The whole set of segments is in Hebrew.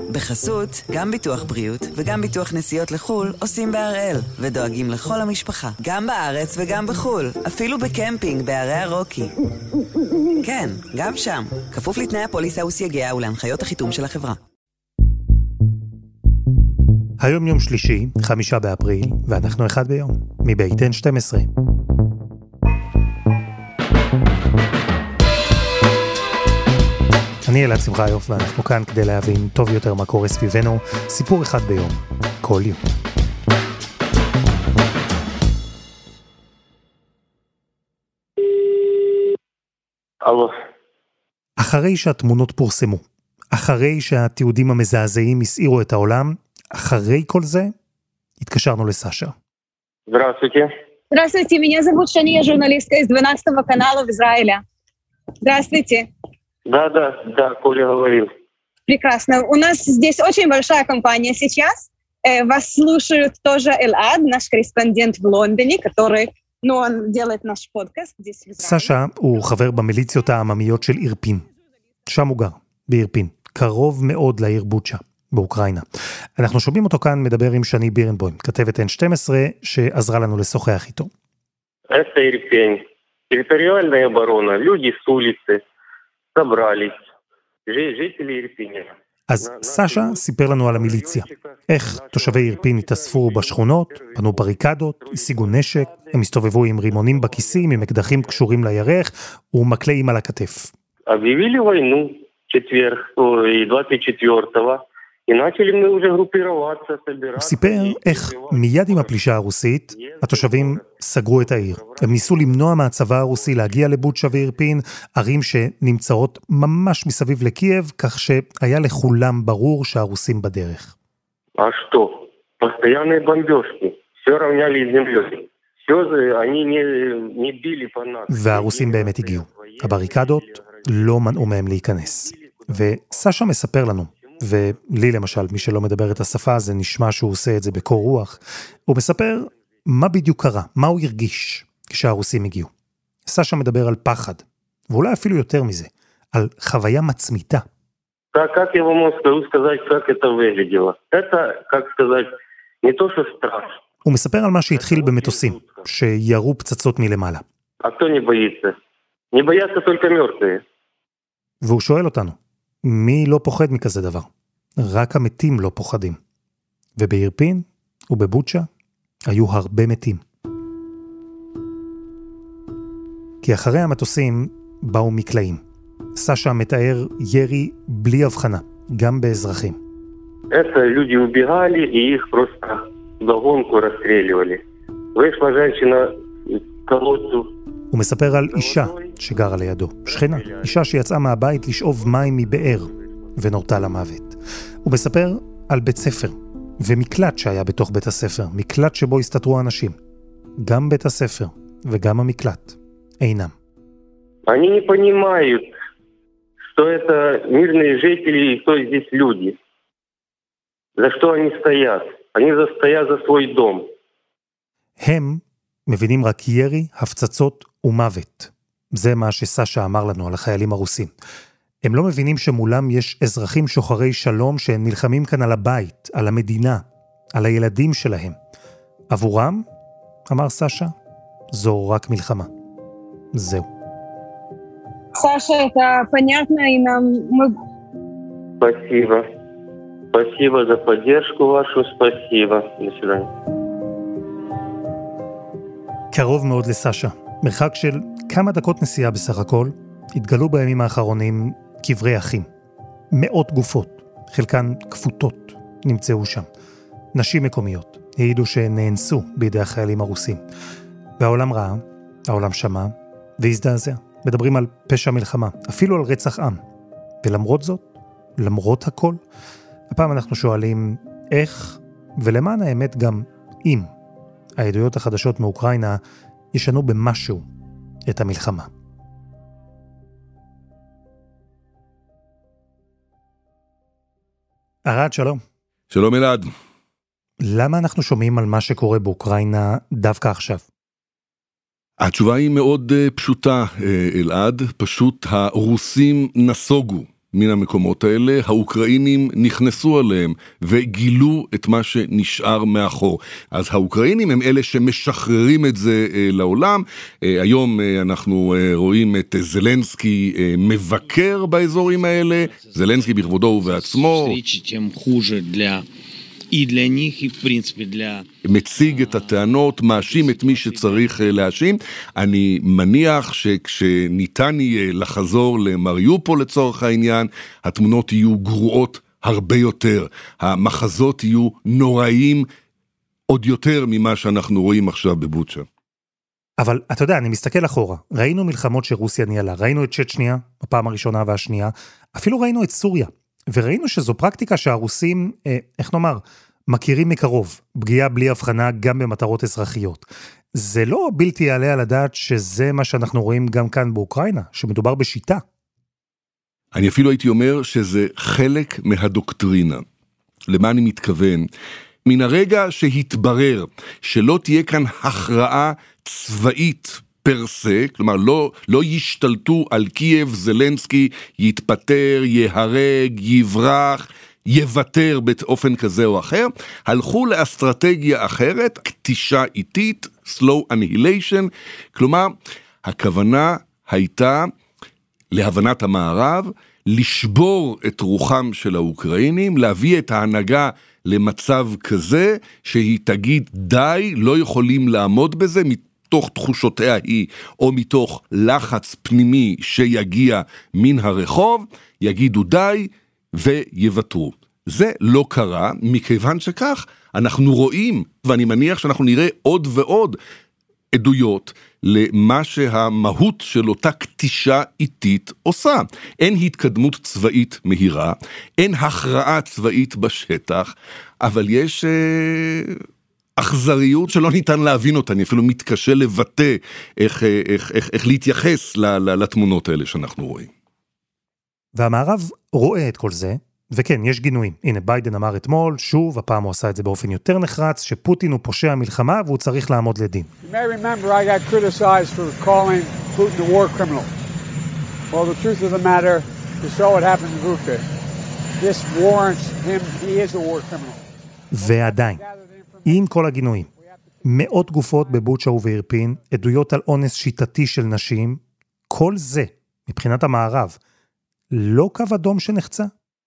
בחסות, גם ביטוח בריאות וגם ביטוח נסיעות לחול עושים בהראל, ודואגים לכל המשפחה, גם בארץ וגם בחול, אפילו בקמפינג בערי הרוקי. כן, גם שם, כפוף לתנאי הפוליסה וסייגיה ולהנחיות החיתום של החברה. היום יום שלישי, 5 באפריל, ואנחנו אחד ביום, מבית N12. אני אלעד שמחיוף, ואנחנו כאן כדי להבין טוב יותר מה קורה סביבנו, סיפור אחד ביום, כל יום. אלו. אחרי שהתמונות פורסמו, אחרי שהתיעודים המזעזעים הסעירו את העולם, אחרי כל זה, התקשרנו לסשה. Здравствуйте. Здравствуйте, меня зовут Шани, я журналистка из 12 канала в Израиле. Здравствуйте. Да, Коля говорил. Прекрасно. У нас здесь очень большая компания сейчас. Вас слушают тоже Эльад, наш корреспондент в Лондоне, который, он делает наш подкаст здесь в Израиле. סשה הוא חבר במיליציות העממיות של אירפין. שם הוא גר, באירפין. קרוב מאוד לעיר בוצ'ה, באוקראינה. אנחנו שומעים אותו כאן מדבר עם שני בירנבוים, כתבת N12, שעזרה לנו לשוחח איתו. Это Ирпень. Территориальная оборона. Люди с улицы собрались. Жители Ирпеня. אז סשה סיפר לנו על המיליציה. איך תושבי אירפין התאספו בשכונות, בנו בריקדות, השיגו נשק, הם הסתובבו עם רימונים בכיסים, עם אקדחים קשורים לירך, ומקלעים על הכתף. Объявили войну четверг и 24-го. И начали мы уже группироваться, собираться. הוא סיפר איך מיד עם הפלישה הרוסית, התושבים סגרו את העיר. הם ניסו למנוע מהצבא הרוסי להגיע לבוצ'ה ואירפין, ערים שנמצאות ממש מסביב לקייב, כך שהיה לכולם ברור שהרוסים בדרך. А что? Постоянные бомбежки. Все равняли землей. Все, они не били по нас. והרוסים באמת הגיעו. הבריקדות לא מנעו מהם להיכנס. וסשה מספר לנו, ולי למשל, מי שלא מדבר את השפה, זה נשמע שהוא עושה את זה בקור רוח. הוא מספר מה בדיוק קרה, מה הוא הרגיש כשהרוסים הגיעו. סשה מדבר על פחד, ואולי אפילו יותר מזה, על חוויה מצמיתה. Как я вам могу сказать, как это выглядело? Это, как сказать, не то, что страшно. הוא מספר על מה שהתחיל במטוסים, שירו פצצות מלמעלה. А кто не боится? Не боятся только мертвые. והוא שואל אותנו, מי לא פוחד מכזה דבר? רק המתים לא פוחדים. ובאירפין ובבוצ'ה היו הרבה מתים. כי אחרי המטוסים באו מקלעים. סשה מתאר ירי בלי הבחנה, גם באזרחים. Это люди убегали, и их просто вдогонку расстреливали. Вышла женщина к колодцу. הוא מספר על אישה שגרה לידו, שכנה, אישה שיצאה מהבית לשאוב מים מבאר ונורתה למוות. הוא מספר על בית ספר ומקלט שהיה בתוך בית הספר, מקלט שבו הסתתרו אנשים. גם בית הספר וגם המקלט אינם. Они не понимают, что это мирные жители и кто здесь люди. За что они стоят? Они стоят за свой дом. הם מבינים רק ירי, הפצצות ומוות. זה מה שסשה אמר לנו על החיילים הרוסים. הם לא מבינים שמולם יש אזרחים שוחרי שלום שנלחמים כאן על הבית, על המדינה, על הילדים שלהם. עבורם, אמר סשה, זו רק מלחמה. זהו. Саша, это понятно, и нам... Спасибо. Спасибо за поддержку вашу, спасибо. До свидания. קרוב מאוד לסשה. מרחק של כמה דקות נסיעה בסך הכל, התגלו בימים האחרונים קברי אחים. מאות גופות, חלקן כפותות, נמצאו שם. נשים מקומיות העידו שנאנסו בידי החיילים הרוסים. והעולם ראה, העולם שמע, והזדעזע. מדברים על פשע מלחמה, אפילו על רצח עם. ולמרות זאת, למרות הכל, הפעם אנחנו שואלים איך, ולמען האמת גם אם, העדויות החדשות מאוקראינה ישנו במשהו את המלחמה. ארד, שלום. שלום אלעד. למה אנחנו שומעים על מה שקורה באוקראינה דווקא עכשיו? התשובה היא מאוד פשוטה, אלעד. פשוט הרוסים נסוגו. מן המקומות האלה, האוקראינים נכנסו עליהם וגילו את מה שנשאר מאחור. אז האוקראינים הם אלה שמשחררים את זה לעולם. היום אנחנו רואים את זלנסקי מבקר באזורים האלה, זלנסקי בכבודו ובעצמו. מציג את הטענות, מאשים את מי שצריך להאשים. אני מניח שכשניתן יהיה לחזור למריופול לצורך העניין, התמונות יהיו גרועות הרבה יותר. המחזות יהיו נוראים עוד יותר ממה שאנחנו רואים עכשיו בבוצ'ה. אבל אתה יודע, אני מסתכל אחורה. ראינו מלחמות שרוסיה ניהלה, ראינו את צ'צ'ניה, בפעם הראשונה והשנייה, אפילו ראינו את סוריה. וראינו שזו פרקטיקה שהרוסים, איך נאמר, מכירים מקרוב, פגיעה בלי הבחנה גם במטרות אזרחיות. זה לא בלתי יעלה על הדעת שזה מה שאנחנו רואים גם כאן באוקראינה, שמדובר בשיטה. אני אפילו הייתי אומר שזה חלק מהדוקטרינה. למה אני מתכוון? מן הרגע שהתברר שלא תהיה כאן הכרעה צבאית פרסה, כלומר לא ישתלטו על קייב, זלנסקי יתפטר, יהרג, יברח, יוותר באופן כזה או אחר, הלכו לאסטרטגיה אחרת, כתישה איטית, slow annihilation, כלומר, הכוונה הייתה, להבנת המערב, לשבור את רוחם של האוקראינים, להביא את ההנהגה למצב כזה, שהיא תגיד די, לא יכולים לעמוד בזה, מתוך תחושותיה היא, או מתוך לחץ פנימי שיגיע מן הרחוב, יגידו די, ויוותרו. זה לא קרה, מכיוון שכך אנחנו רואים, ואני מניח שאנחנו נראה עוד ועוד עדויות למה שהמהות של אותה כתישה איטית עושה. אין התקדמות צבאית מהירה, אין הכרעה צבאית בשטח, אבל יש אכזריות שלא ניתן להבין אותה, אני אפילו מתקשה לבטא איך להתייחס לתמונות האלה שאנחנו רואים. והמערב רואה את כל זה, וכן, יש גינויים. הנה, ביידן אמר אתמול, שוב, הפעם הוא עשה את זה באופן יותר נחרץ, שפוטין הוא פושע מלחמה והוא צריך לעמוד לדין. You may remember I got criticized for calling Putin a war criminal. Well, the truth of the matter, you saw what happened in Bucha. This warrants him, he is a war criminal. ועדיין, עם כל הגינויים, מאות גופות בבוצ'ה ובאירפין, עדויות על אונס שיטתי של נשים, כל זה, מבחינת המערב, לא קו אדום שנחצה?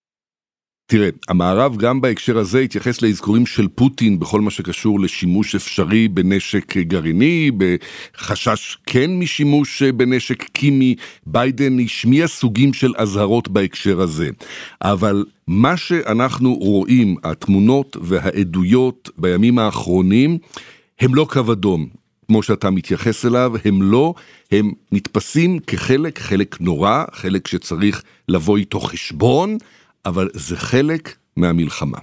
תראה, המערב גם בהקשר הזה התייחס להזכורים של פוטין בכל מה שקשור לשימוש אפשרי בנשק גרעיני, בחשש כן משימוש בנשק קימי, ביידן השמיע סוגים של אזהרות בהקשר הזה. אבל מה שאנחנו רואים, התמונות והעדויות בימים האחרונים, הם לא קו אדום. כמו שאתה מתייחס אליו, הם נתפסים חלק נורא, חלק שצריך לבוא איתו חשבון, אבל זה חלק מהמלחמה.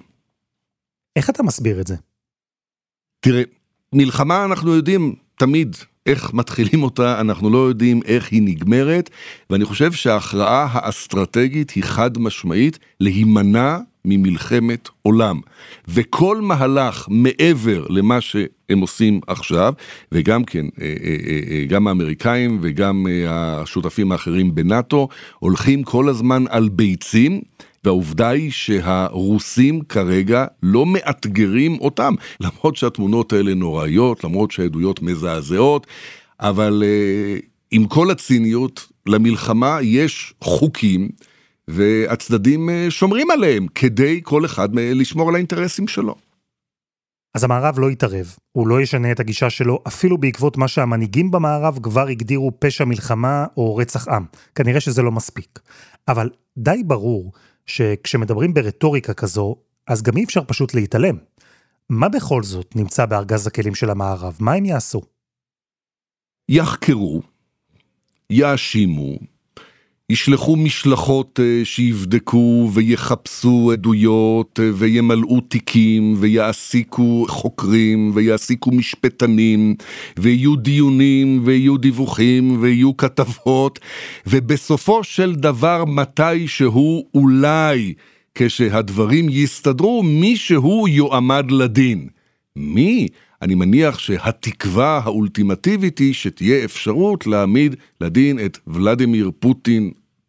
איך אתה מסביר את זה? תראה, מלחמה אנחנו יודעים תמיד איך מתחילים אותה, אנחנו לא יודעים איך היא נגמרת, ואני חושב שההכרעה האסטרטגית היא חד משמעית להימנע ממלחמת עולם. וכל מהלך מעבר למה שהם עושים עכשיו, וגם כן, גם האמריקאים וגם השותפים האחרים בנאטו, הולכים כל הזמן על ביצים, והעובדה היא שהרוסים כרגע לא מאתגרים אותם, למרות שהתמונות האלה נוראיות, למרות שהעדויות מזעזעות, אבל עם כל הציניות, למלחמה יש חוקים, והצדדים שומרים עליהם, כדי כל אחד לשמור על האינטרסים שלו. אז המערב לא יתערב, הוא לא ישנה את הגישה שלו, אפילו בעקבות מה שהמנהיגים במערב כבר הגדירו פשע מלחמה או רצח עם. כנראה שזה לא מספיק. אבל די ברור שכשמדברים ברטוריקה כזו, אז גם אי אפשר פשוט להתעלם. מה בכל זאת נמצא בארגז הכלים של המערב? מה הם יעשו? יחקרו, יאשימו, ישלחו משלחות שיבדקו ויחפשו עדויות וימלאו תיקים ויעסיקו חוקרים ויעסיקו משפטנים ויהיו דיונים ויהיו דיווחים ויהיו כתבות, ובסופו של דבר מתי שהוא אולי כשהדברים יסתדרו מישהו יועמד לדין. מי? אני מניח שהתקווה האולטימטיבית היא שתהיה אפשרות להעמיד לדין את ולדימיר פוטין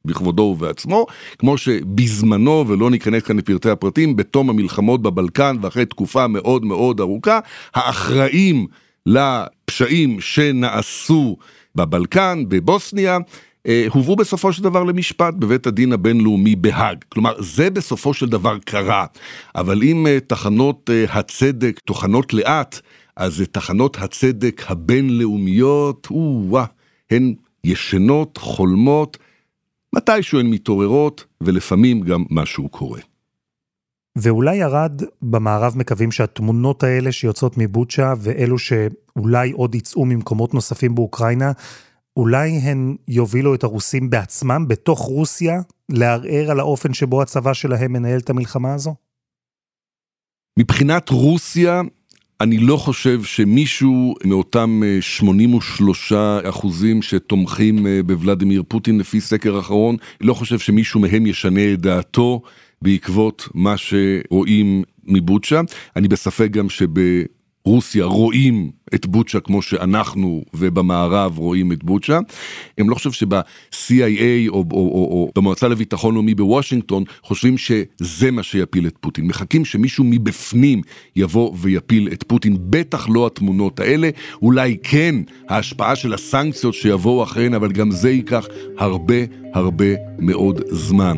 בכבודו ובעצמו, כמו שבזמנו, ולא ניכנס כאן לפרטי הפרטים, בתום המלחמות בבלקן, ואחרי תקופה מאוד מאוד ארוכה, האחראים לפשעים שנעשו בבלקן, בבוסניה, הובאו בסופו של דבר למשפט בבית הדין הבינלאומי בהאג. כלומר, זה בסופו של דבר קרה. אבל אם תחנות הצדק טוחנות לאט, אז תחנות הצדק הבינלאומיות, הן ישנות, חולמות, מתישהו הן מתעוררות, ולפעמים גם משהו קורה. ואולי ירד במערב מקווים שהתמונות האלה שיוצאות מבוצ'ה, ואלו שאולי עוד יצאו ממקומות נוספים באוקראינה, אולי הן יובילו את הרוסים בעצמם, בתוך רוסיה, לערער על האופן שבו הצבא שלהם מנהל את המלחמה הזו? מבחינת רוסיה, אני לא חושב שמישהו מאותם 83% שתומכים בוולדימיר פוטין לפי סקר אחרון, לא חושב שמישהו מהם ישנה את דעתו בעקבות מה שרואים מבוצ'ה. אני בספק גם רוסיה רואים את בוצ'ה כמו שאנחנו ובמערב רואים את בוצ'ה. הם לא חושב שב-CIA או במועצה לביטחון לאומי בוושינגטון חושבים שזה מה שיפיל את פוטין. מחכים שמישהו מבפנים יבוא ויפיל את פוטין. בטח לא התמונות האלה, אולי כן ההשפעה של הסנקציות שיבואו אחריהן, אבל גם זה ייקח הרבה מאוד זמן.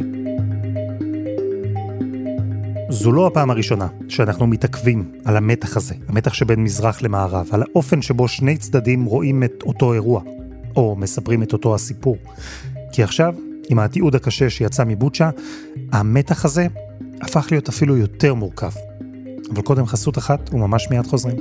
זו לא הפעם הראשונה שאנחנו מתעכבים על המתח הזה, המתח שבין מזרח למערב, על האופן שבו שני צדדים רואים את אותו אירוע, או מספרים את אותו הסיפור. כי עכשיו, עם התיעוד הקשה שיצא מבוצ'ה, המתח הזה הפך להיות אפילו יותר מורכב. אבל קודם חסות אחת, וממש מיד חוזרים.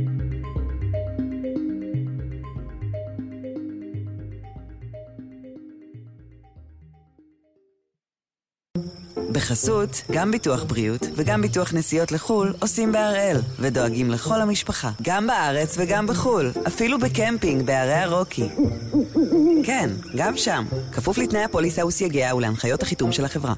בחסות, גם ביטוח בריאות וגם ביטוח נסיעות לחול עושים בהראל, ודואגים לכל המשפחה, גם בארץ וגם בחול, אפילו בקמפינג בערי הרוקי. כן, גם שם, כפוף לתנאי הפוליסה וסייגיה ולהנחיות החיתום של החברה.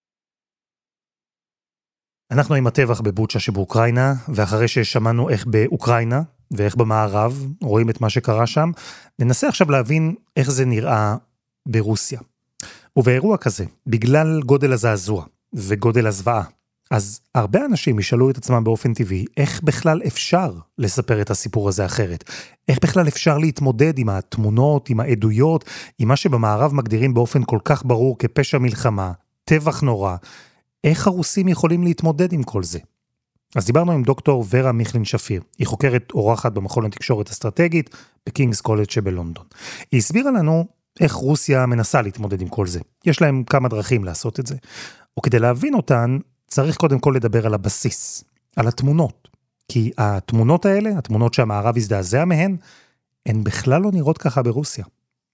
אנחנו עם הטבח בבוצ'ה שבאוקראינה, ואחרי ששמענו איך באוקראינה ואיך במערב רואים את מה שקרה שם, ננסה עכשיו להבין איך זה נראה ברוסיה. ובאירוע כזה, בגלל גודל הזעזוע וגודל הזוועה, אז הרבה אנשים ישאלו את עצמם באופן טבעי, איך בכלל אפשר לספר את הסיפור הזה אחרת? איך בכלל אפשר להתמודד עם התמונות, עם העדויות, עם מה שבמערב מגדירים באופן כל כך ברור כפשע מלחמה, טבח נורא? איך הרוסים יכולים להתמודד עם כל זה? אז דיברנו עם דוקטור ורה מיכלין שפיר. היא חוקרת אורחת במכון לתקשורת אסטרטגית בקינגס קולג' שבלונדון. היא הסבירה לנו איך רוסיה מנסה להתמודד עם כל זה. יש להם כמה דרכים לעשות את זה. וכדי להבין אותן, צריך קודם כל לדבר על הבסיס, על התמונות. כי התמונות האלה, התמונות שהמערב הזדעזע מהן, הן בכלל לא נראות ככה ברוסיה.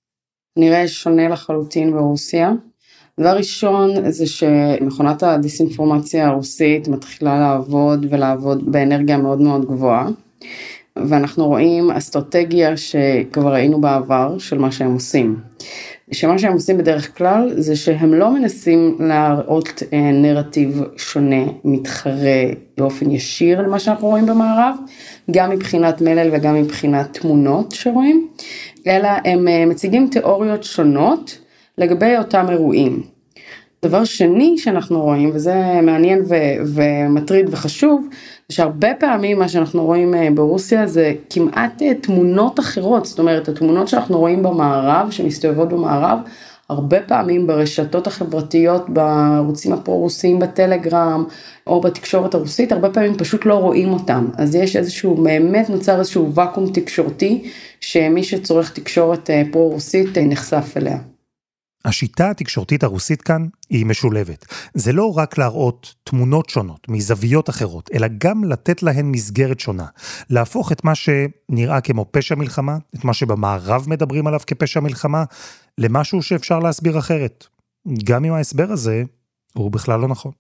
נראה שונה לחלוטין ברוסיה. דבר ראשון זה שמכונת הדיסאינפורמציה הרוסית מתחילה לעבוד ולעבוד באנרגיה מאוד מאוד גבוהה. ואנחנו רואים אסטרטגיה שכבר ראינו בעבר של מה שהם עושים. שמה שהם עושים בדרך כלל זה שהם לא מנסים להראות נרטיב שונה, מתחרה באופן ישיר למה שאנחנו רואים במערב, גם מבחינת מלל וגם מבחינת תמונות שרואים, אלא הם מציגים תיאוריות שונות לגבי אותם אירועים. דבר שני שאנחנו רואים, וזה מעניין ומטריד וחשוב, זה שהרבה פעמים מה שאנחנו רואים ברוסיה זה כמעט תמונות אחרות, זאת אומרת התמונות שאנחנו רואים במערב, שמסתובבות במערב, הרבה פעמים ברשתות החברתיות, בערוצים הפרו-רוסיים בטלגרם, או בתקשורת הרוסית, הרבה פעמים פשוט לא רואים אותם, אז יש איזשהו, באמת נוצר איזשהו וקום תקשורתי, שמי שצורך תקשורת פרו-רוסית נחשף אליה. השיטה התקשורתית הרוסית כאן היא משולבת. זה לא רק להראות תמונות שונות מזוויות אחרות, אלא גם לתת להן מסגרת שונה. להפוך את מה שנראה כמו פשע מלחמה, את מה שבמערב מדברים עליו כפשע מלחמה, למשהו שאפשר להסביר אחרת. גם אם ההסבר הזה הוא בכלל לא נכון.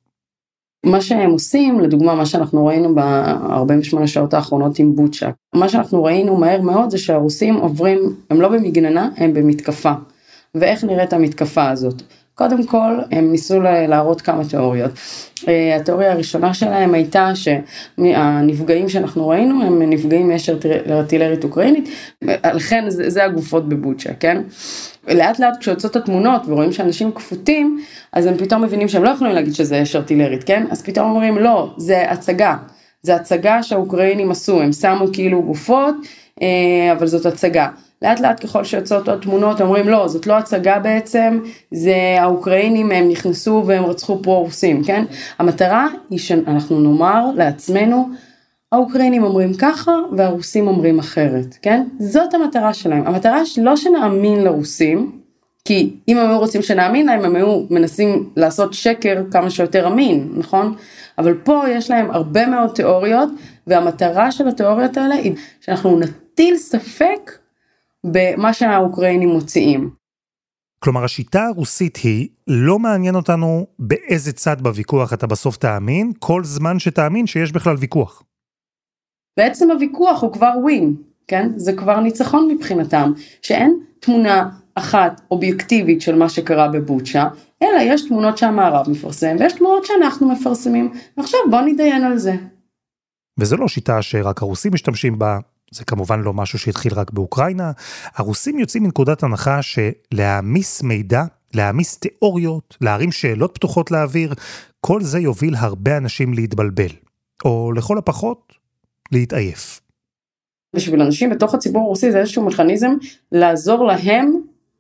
מה שהם עושים, לדוגמה מה שאנחנו ראינו ב-48 שעות האחרונות עם בוצ'ה, מה שאנחנו ראינו מהר מאוד זה שהרוסים עוברים, הם לא במגננה, הם במתקפה. ואיך נראית המתקפה הזאת? קודם כל, הם ניסו להראות כמה תיאוריות. התיאוריה הראשונה שלהם הייתה שהנפגעים שאנחנו ראינו, הם נפגעים מארטילרית אוקראינית, לכן זה הגופות בבוצ'ה, כן? לאט לאט כשיוצאות התמונות ורואים שאנשים כפותים, אז הם פתאום מבינים שהם לא יכולים להגיד שזה ארטילרית, כן? אז פתאום אומרים, לא, זה הצגה. זה הצגה שהאוקראינים עשו, הם שמו כאילו גופות, אבל זאת הצגה. לאט לאט ככל שיוצאות עוד תמונות, אומרים לא, זאת לא הצגה בעצם, זה האוקראינים, הם נכנסו והם רצחו פה רוסים, כן? המטרה היא שאנחנו נאמר לעצמנו, האוקראינים אומרים ככה, והרוסים אומרים אחרת, כן? זאת המטרה שלהם. המטרה לא שנאמין לרוסים, כי אם הם היו רוצים שנאמין להם, הם היו מנסים לעשות שקר כמה שיותר אמין, נכון? אבל פה יש להם הרבה מאוד תיאוריות, והמטרה של התיאוריות האלה היא שאנחנו נטיל ספק במה שהאוקראינים מוציאים. כלומר, השיטה הרוסית היא, לא מעניין אותנו באיזה צד בוויכוח אתה בסוף תאמין, כל זמן שתאמין שיש בכלל ויכוח. בעצם הוויכוח הוא כבר ווין, כן? זה כבר ניצחון מבחינתם, שאין תמונה אחת אובייקטיבית של מה שקרה בבוצ'ה, אלא יש תמונות שהמערב מפרסם, ויש תמונות שאנחנו מפרסמים, ועכשיו בוא נדיין על זה. וזה לא שיטה שרק הרוסים משתמשים בה, זה כמובן לא משהו שהתחיל רק באוקראינה, הרוסים יוצאים מנקודת הנחה שלהעמיס מידע, להעמיס תיאוריות, להרים שאלות פתוחות לאוויר, כל זה יוביל הרבה אנשים להתבלבל, או לכל הפחות, להתעייף. בשביל אנשים בתוך הציבור הרוסי זה איזשהו מכניזם לעזור להם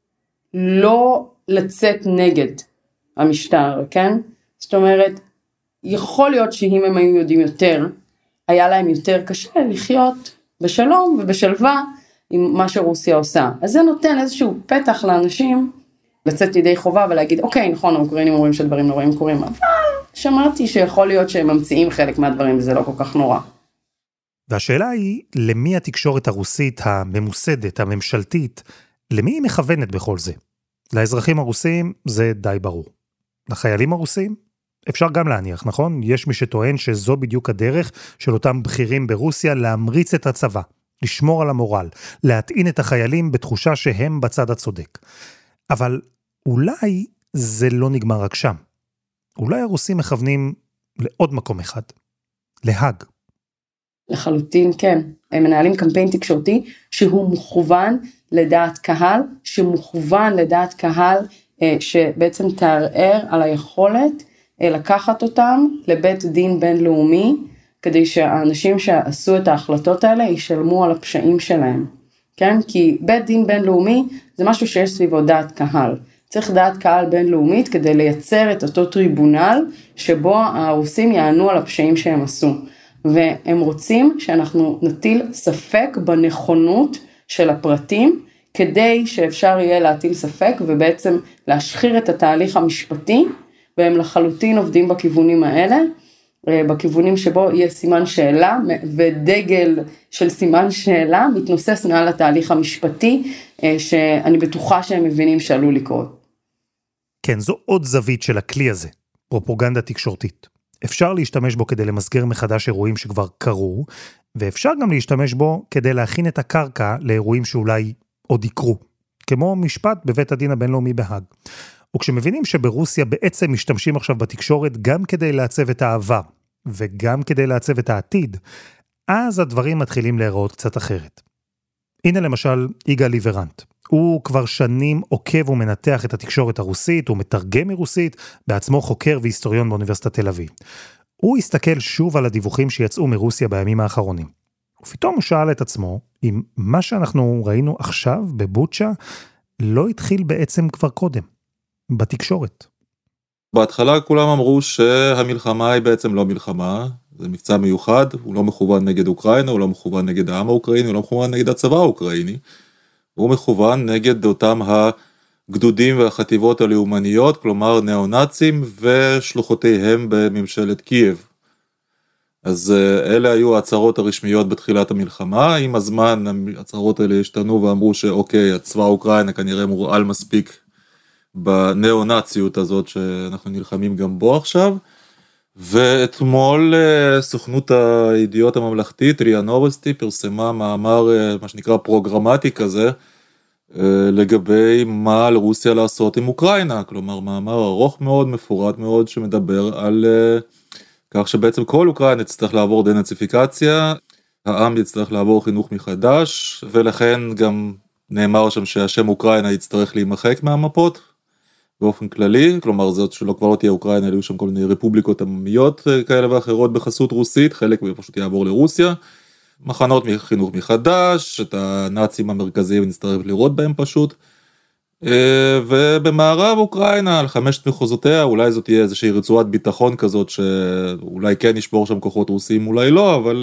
לא לצאת נגד המשטר, כן? זאת אומרת, יכול להיות שאם הם היו יודעים יותר, היה להם יותר קשה לחיות בשלום ובשלווה עם מה שרוסיה עושה. אז זה נותן איזשהו פתח לאנשים לצאת ידי חובה ולהגיד, אוקיי, נכון, האוקראינים אומרים שדברים נוראים קורים, אבל שמעתי שיכול להיות שהם ממציאים חלק מהדברים וזה לא כל כך נורא. והשאלה היא, למי התקשורת הרוסית הממוסדת, הממשלתית, למי היא מכוונת בכל זה? לאזרחים הרוסים זה די ברור. לחיילים הרוסים? אפשר גם להניח, נכון? יש מי שטוען שזו בדיוק הדרך של אותם בכירים ברוסיה להמריץ את הצבא, לשמור על המורל, להטעין את החיילים בתחושה שהם בצד הצודק. אבל אולי זה לא נגמר רק שם. אולי הרוסים מכוונים לעוד מקום אחד, להאג. לחלוטין כן, הם מנהלים קמפיין תקשורתי שהוא מוכוון לדעת קהל, שמוכוון לדעת קהל שבעצם תערער על היכולת לקחת אותם לבית דין בינלאומי, כדי שהאנשים שעשו את ההחלטות האלה ישלמו על הפשעים שלהם, כן? כי בית דין בינלאומי זה משהו שיש סביבו דעת קהל, צריך דעת קהל בינלאומית כדי לייצר את אותו טריבונל שבו הרוסים יענו על הפשעים שהם עשו. והם רוצים שאנחנו נטיל ספק בנכונות של הפרטים, כדי שאפשר יהיה להטיל ספק ובעצם להשחיר את התהליך המשפטי, והם לחלוטין עובדים בכיוונים האלה, בכיוונים שבו יהיה סימן שאלה, ודגל של סימן שאלה מתנוסס מעל התהליך המשפטי, שאני בטוחה שהם מבינים שעלול לקרות. כן, זו עוד זווית של הכלי הזה, פרופוגנדה תקשורתית. אפשר להשתמש בו כדי למסגר מחדש אירועים שכבר קרו, ואפשר גם להשתמש בו כדי להכין את הקרקע לאירועים שאולי עוד יקרו, כמו משפט בבית הדין הבינלאומי בהאג. וכשמבינים שברוסיה בעצם משתמשים עכשיו בתקשורת גם כדי לעצב את העבר, וגם כדי לעצב את העתיד, אז הדברים מתחילים להיראות קצת אחרת. הנה למשל יגאל ליברנט. הוא כבר שנים עוקב ומנתח את התקשורת הרוסית, הוא מתרגם מרוסית, בעצמו חוקר והיסטוריון באוניברסיטת תל אביב. הוא הסתכל שוב על הדיווחים שיצאו מרוסיה בימים האחרונים. ופתאום הוא שאל את עצמו, אם מה שאנחנו ראינו עכשיו בבוצ'ה, לא התחיל בעצם כבר קודם, בתקשורת. בהתחלה כולם אמרו שהמלחמה היא בעצם לא מלחמה, זה מבצע מיוחד, הוא לא מכוון נגד אוקראינה, הוא לא מכוון נגד העם האוקראיני, הוא לא מכוון נגד הצבא האוקראיני, הוא מכוון נגד אותם הגדודים והחטיבות הלאומניות, כלומר ניאו-נאצים ושלוחותיהם בממשלת קייב. אז אלה היו ההצהרות הרשמיות בתחילת המלחמה, עם הזמן ההצהרות האלה השתנו ואמרו שאוקיי, הצבא האוקראינה כנראה מורעל מספיק בניאו-נאציות הזאת שאנחנו נלחמים גם בו עכשיו, ואתמול סוכנות הידיעות הממלכתית, ריאה נובוסטי, פרסמה מאמר, מה שנקרא פרוגרמטי כזה, לגבי מה על רוסיה לעשות עם אוקראינה, כלומר מאמר ארוך מאוד, מפורט מאוד, שמדבר על כך שבעצם כל אוקראינה תצטרך לעבור דנאציפיקציה, העם יצטרך לעבור חינוך מחדש, ולכן גם נאמר שם שהשם אוקראינה יצטרך להימחק מהמפות, באופן כללי, כלומר זאת שלא כבר לא תהיה אוקראינה, היו שם כל מיני רפובליקות עממיות כאלה ואחרות בחסות רוסית, חלק פשוט יעבור לרוסיה, מחנות חינוך מחדש, את הנאצים המרכזיים נצטרך לראות בהם פשוט, ובמערב אוקראינה, על 5 מחוזותיה, אולי זאת תהיה איזושהי רצועת ביטחון כזאת, שאולי כן ישבור שם כוחות רוסיים, אולי לא, אבל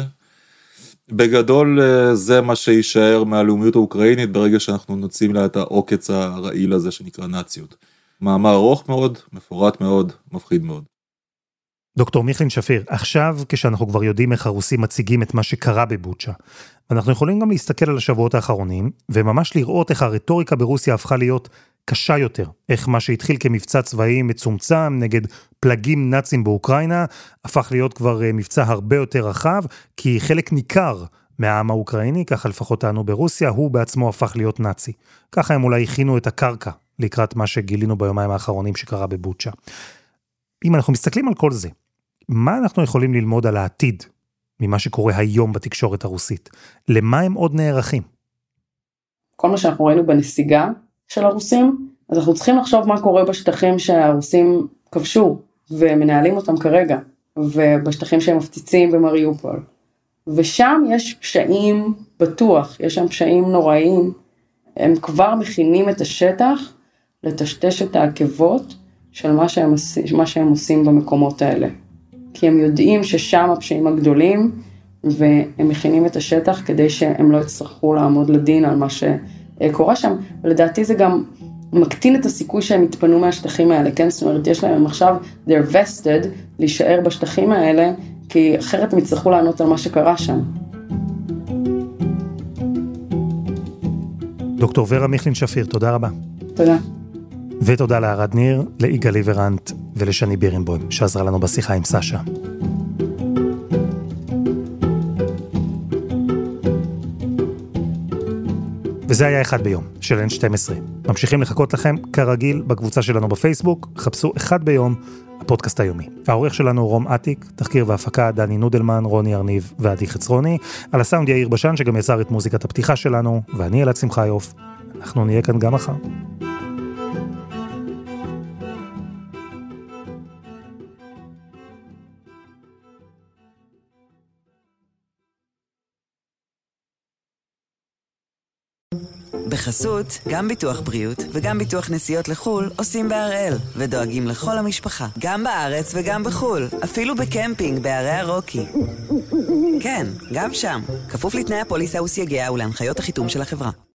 בגדול זה מה שישאר מהלאומיות האוקראינית, ברגע שאנחנו נוצאים לה את העוקץ הרעיל הזה שנקרא נאציות. מאמר ארוך מאוד, מפורט מאוד, מפחיד מאוד. דוקטור מיכלין שפיר, עכשיו כשאנחנו כבר יודעים איך הרוסים מציגים את מה שקרה בבוצ'ה, אנחנו יכולים גם להסתכל על השבועות האחרונים, וממש לראות איך הרטוריקה ברוסיה הפכה להיות קשה יותר, איך מה שהתחיל כמבצע צבאי מצומצם נגד פלגים נאצים באוקראינה, הפך להיות כבר מבצע הרבה יותר רחב, כי חלק ניכר מהעם האוקראיני, ככה לפחות טענו ברוסיה, הוא בעצמו הפך להיות נאצי. ככה הם אולי הכינו את הקרקע, לקראת מה שגילינו ביומיים האחרונים שקרה בבוצ'ה. אם אנחנו מסתכלים על כל זה, מה אנחנו יכולים ללמוד על העתיד ממה שקורה היום בתקשורת הרוסית? למה הם עוד נערכים? כל מה שאנחנו ראינו בנסיגה של הרוסים, אז אנחנו צריכים לחשוב מה קורה בשטחים שהרוסים כבשו ומנהלים אותם כרגע, ובשטחים שהם מפציצים במריופול. ושם יש פשעים בטוח, יש שם פשעים נוראיים, הם כבר מכינים את השטח לטשטש את העקבות של מה שהם עושים במקומות האלה. כי הם יודעים ששם הפשעים הגדולים, והם מכינים את השטח כדי שהם לא יצטרכו לעמוד לדין על מה שקורה שם. ולדעתי זה גם מקטין את הסיכוי שהם יתפנו מהשטחים האלה, כן? זאת אומרת, יש להם עכשיו, they're vested, להישאר בשטחים האלה, כי אחרת הם יצטרכו לענות על מה שקרה שם. דוקטור ורה מיכלין שפיר, תודה רבה. תודה. ותודה לערד ניר, ליגאל ליברנט ולשני בירנבוים, שעזרה לנו בשיחה עם סשה. וזה היה אחד ביום של N12. ממשיכים לחכות לכם כרגיל בקבוצה שלנו בפייסבוק, חפשו אחד ביום, הפודקאסט היומי. העורך שלנו רום עתיק, תחקיר והפקה דני נודלמן, רוני ארניב ועדי חצרוני, על הסאונד יאיר בשן שגם יצר את מוזיקת הפתיחה שלנו, ואני אלעד שמחיוף. אנחנו נהיה כאן גם מחר. בחסות, גם ביטוח בריאות וגם ביטוח נסיעות לחול עושים בהראל ודואגים לכל המשפחה, גם בארץ וגם בחול, אפילו בקמפינג בערי הרוקי. כן, גם שם, כפוף לתנאי הפוליסה וסייגיה ולהנחיות החיתום של החברה.